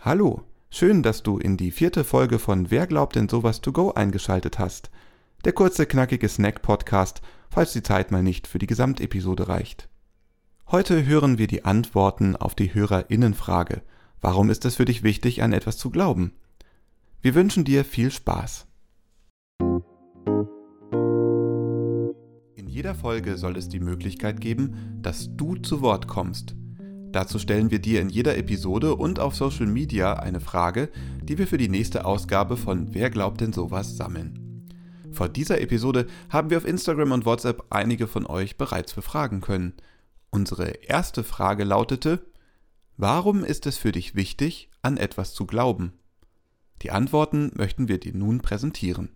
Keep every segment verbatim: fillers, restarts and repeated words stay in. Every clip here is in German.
Hallo, schön, dass du in die vierte Folge von Wer glaubt denn sowas to go eingeschaltet hast. Der kurze, knackige Snack-Podcast, falls die Zeit mal nicht für die Gesamtepisode reicht. Heute hören wir die Antworten auf die HörerInnenfrage. Warum ist es für dich wichtig, an etwas zu glauben? Wir wünschen dir viel Spaß. In jeder Folge soll es die Möglichkeit geben, dass du zu Wort kommst. Dazu stellen wir dir in jeder Episode und auf Social Media eine Frage, die wir für die nächste Ausgabe von Wer glaubt denn sowas sammeln. Vor dieser Episode haben wir auf Instagram und WhatsApp einige von euch bereits befragen können. Unsere erste Frage lautete: Warum ist es für dich wichtig, an etwas zu glauben? Die Antworten möchten wir dir nun präsentieren.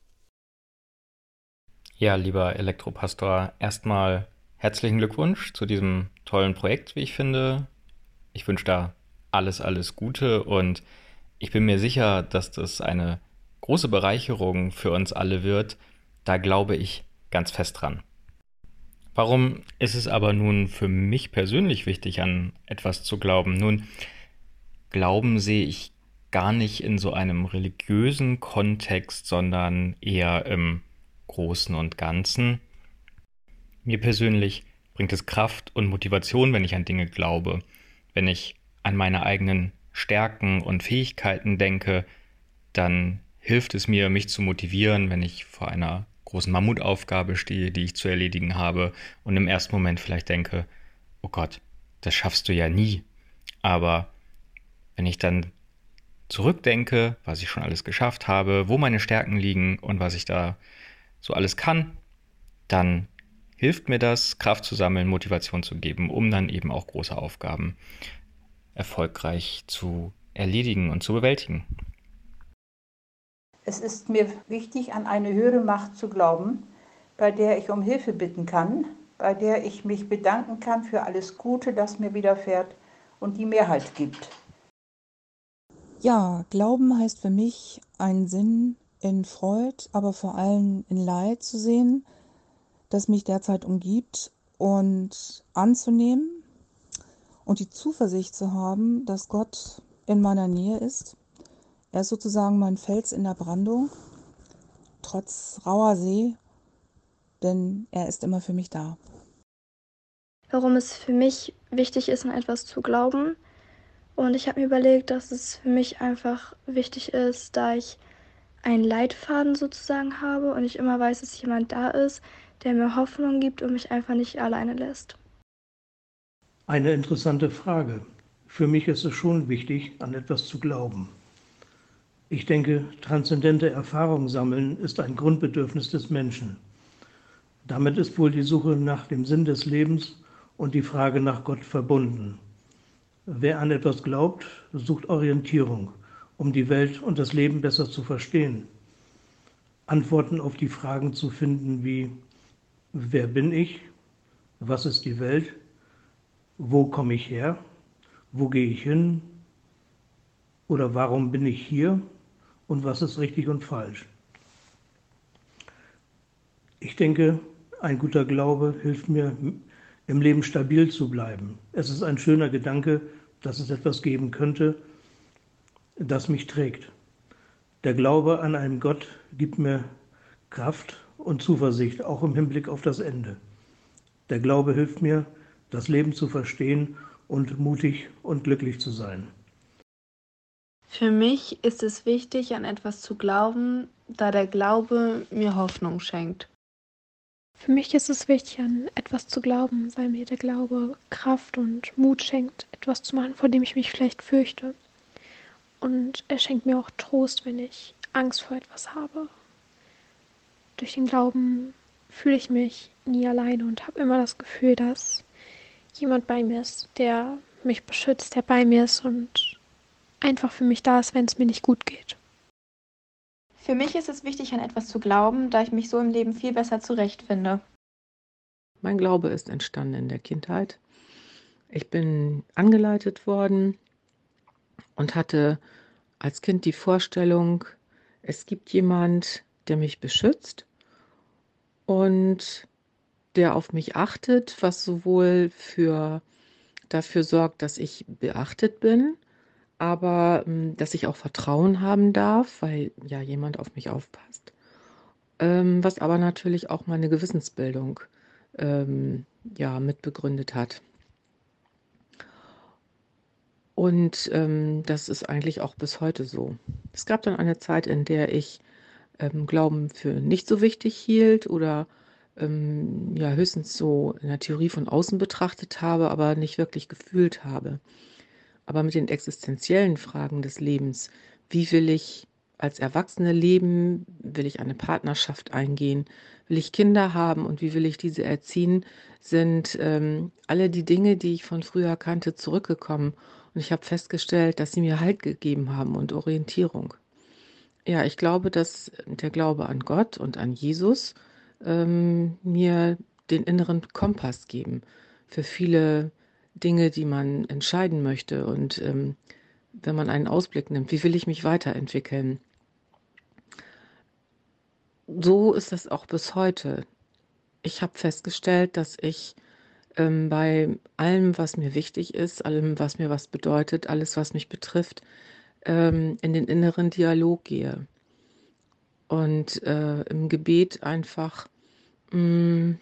Ja, lieber Elektropastor, erstmal herzlichen Glückwunsch zu diesem tollen Projekt, wie ich finde. Ich wünsche da alles, alles Gute und ich bin mir sicher, dass das eine große Bereicherung für uns alle wird. Da glaube ich ganz fest dran. Warum ist es aber nun für mich persönlich wichtig, an etwas zu glauben? Nun, Glauben sehe ich gar nicht in so einem religiösen Kontext, sondern eher im Großen und Ganzen. Mir persönlich bringt es Kraft und Motivation, wenn ich an Dinge glaube, wenn ich an meine eigenen Stärken und Fähigkeiten denke, dann hilft es mir, mich zu motivieren, wenn ich vor einer großen Mammutaufgabe stehe, die ich zu erledigen habe und im ersten Moment vielleicht denke, oh Gott, das schaffst du ja nie. Aber wenn ich dann zurückdenke, was ich schon alles geschafft habe, wo meine Stärken liegen und was ich da so alles kann, dann hilft mir das, Kraft zu sammeln, Motivation zu geben, um dann eben auch große Aufgaben erfolgreich zu erledigen und zu bewältigen. Es ist mir wichtig, an eine höhere Macht zu glauben, bei der ich um Hilfe bitten kann, bei der ich mich bedanken kann für alles Gute, das mir widerfährt und die mir Halt gibt. Ja, Glauben heißt für mich, einen Sinn in Freud, aber vor allem in Leid zu sehen, das mich derzeit umgibt, und anzunehmen und die Zuversicht zu haben, dass Gott in meiner Nähe ist. Er ist sozusagen mein Fels in der Brandung, trotz rauer See, denn er ist immer für mich da. Warum es für mich wichtig ist, an etwas zu glauben. Und ich habe mir überlegt, dass es für mich einfach wichtig ist, da ich einen Leitfaden sozusagen habe und ich immer weiß, dass jemand da ist, der mir Hoffnung gibt und mich einfach nicht alleine lässt. Eine interessante Frage. Für mich ist es schon wichtig, an etwas zu glauben. Ich denke, transzendente Erfahrung sammeln ist ein Grundbedürfnis des Menschen. Damit ist wohl die Suche nach dem Sinn des Lebens und die Frage nach Gott verbunden. Wer an etwas glaubt, sucht Orientierung, um die Welt und das Leben besser zu verstehen. Antworten auf die Fragen zu finden wie: Wer bin ich? Was ist die Welt? Wo komme ich her? Wo gehe ich hin? Oder warum bin ich hier? Und was ist richtig und falsch? Ich denke, ein guter Glaube hilft mir, im Leben stabil zu bleiben. Es ist ein schöner Gedanke, dass es etwas geben könnte, das mich trägt. Der Glaube an einen Gott gibt mir Kraft und Zuversicht, auch im Hinblick auf das Ende. Der Glaube hilft mir, das Leben zu verstehen und mutig und glücklich zu sein. Für mich ist es wichtig, an etwas zu glauben, da der Glaube mir Hoffnung schenkt. Für mich ist es wichtig, an etwas zu glauben, weil mir der Glaube Kraft und Mut schenkt, etwas zu machen, vor dem ich mich vielleicht fürchte. Und er schenkt mir auch Trost, wenn ich Angst vor etwas habe. Durch den Glauben fühle ich mich nie alleine und habe immer das Gefühl, dass jemand bei mir ist, der mich beschützt, der bei mir ist und einfach für mich da ist, wenn es mir nicht gut geht. Für mich ist es wichtig, an etwas zu glauben, da ich mich so im Leben viel besser zurechtfinde. Mein Glaube ist entstanden in der Kindheit. Ich bin angeleitet worden und hatte als Kind die Vorstellung, es gibt jemand, der mich beschützt und der auf mich achtet, was sowohl für dafür sorgt, dass ich beachtet bin, aber ähm, dass ich auch Vertrauen haben darf, weil ja jemand auf mich aufpasst. Ähm, was aber natürlich auch meine Gewissensbildung ähm, ja, mitbegründet hat. Und ähm, das ist eigentlich auch bis heute so. Es gab dann eine Zeit, in der ich ähm, Glauben für nicht so wichtig hielt oder ähm, ja höchstens so in der Theorie von außen betrachtet habe, aber nicht wirklich gefühlt habe. Aber mit den existenziellen Fragen des Lebens, wie will ich als Erwachsene leben, will ich eine Partnerschaft eingehen, will ich Kinder haben und wie will ich diese erziehen, sind ähm, alle die Dinge, die ich von früher kannte, zurückgekommen. Und ich habe festgestellt, dass sie mir Halt gegeben haben und Orientierung. Ja, ich glaube, dass der Glaube an Gott und an Jesus ähm, mir den inneren Kompass geben für viele Dinge, die man entscheiden möchte. Und ähm, wenn man einen Ausblick nimmt, wie will ich mich weiterentwickeln? So ist das auch bis heute. Ich habe festgestellt, dass ich ähm, bei allem, was mir wichtig ist, allem, was mir was bedeutet, alles, was mich betrifft, ähm, in den inneren Dialog gehe. Und äh, im Gebet einfach mh,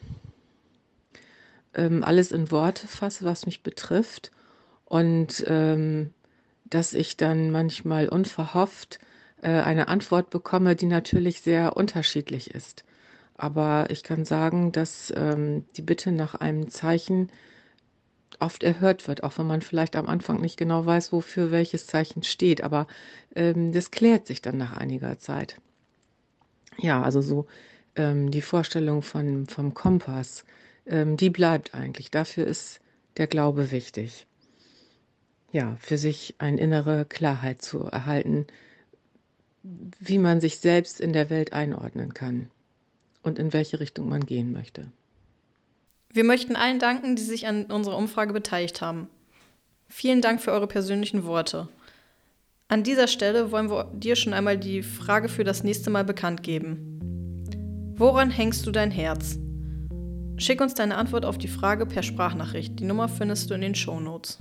ähm, alles in Worte fasse, was mich betrifft. Und ähm, dass ich dann manchmal unverhofft äh, eine Antwort bekomme, die natürlich sehr unterschiedlich ist. Aber ich kann sagen, dass ähm, die Bitte nach einem Zeichen oft erhört wird, auch wenn man vielleicht am Anfang nicht genau weiß, wofür welches Zeichen steht. Aber ähm, das klärt sich dann nach einiger Zeit. Ja, also so ähm, die Vorstellung von, vom Kompass, ähm, die bleibt eigentlich. Dafür ist der Glaube wichtig. Ja, für sich eine innere Klarheit zu erhalten, wie man sich selbst in der Welt einordnen kann und in welche Richtung man gehen möchte. Wir möchten allen danken, die sich an unserer Umfrage beteiligt haben. Vielen Dank für eure persönlichen Worte. An dieser Stelle wollen wir dir schon einmal die Frage für das nächste Mal bekannt geben. Woran hängst du dein Herz? Schick uns deine Antwort auf die Frage per Sprachnachricht. Die Nummer findest du in den Shownotes.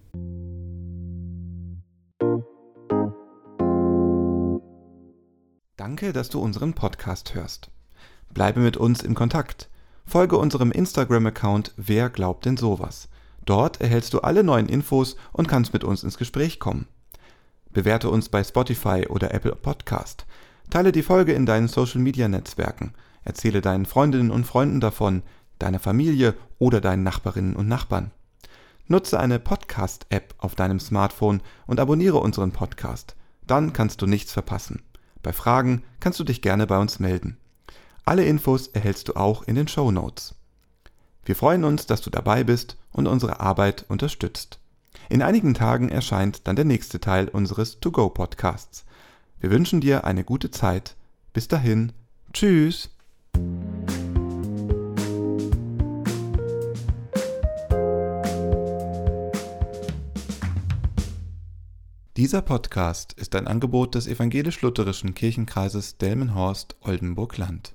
Danke, dass du unseren Podcast hörst. Bleibe mit uns in Kontakt. Folge unserem Instagram-Account Wer glaubt denn sowas? Dort erhältst du alle neuen Infos und kannst mit uns ins Gespräch kommen. Bewerte uns bei Spotify oder Apple Podcast. Teile die Folge in deinen Social-Media-Netzwerken. Erzähle deinen Freundinnen und Freunden davon, deiner Familie oder deinen Nachbarinnen und Nachbarn. Nutze eine Podcast-App auf deinem Smartphone und abonniere unseren Podcast. Dann kannst du nichts verpassen. Bei Fragen kannst du dich gerne bei uns melden. Alle Infos erhältst du auch in den Shownotes. Wir freuen uns, dass du dabei bist und unsere Arbeit unterstützt. In einigen Tagen erscheint dann der nächste Teil unseres To-Go-Podcasts. Wir wünschen dir eine gute Zeit. Bis dahin, tschüss! Dieser Podcast ist ein Angebot des evangelisch-lutherischen Kirchenkreises Delmenhorst-Oldenburg-Land.